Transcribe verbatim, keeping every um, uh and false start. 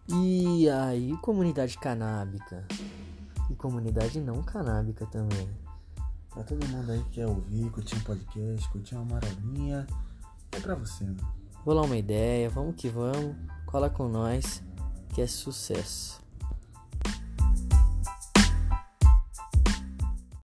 E aí, comunidade canábica e comunidade não canábica também. Pra todo mundo aí que quer ouvir, curtir um podcast, curtir uma marolinha, é pra você, né? Bolar uma ideia, vamos que vamos, cola com nós, que é sucesso.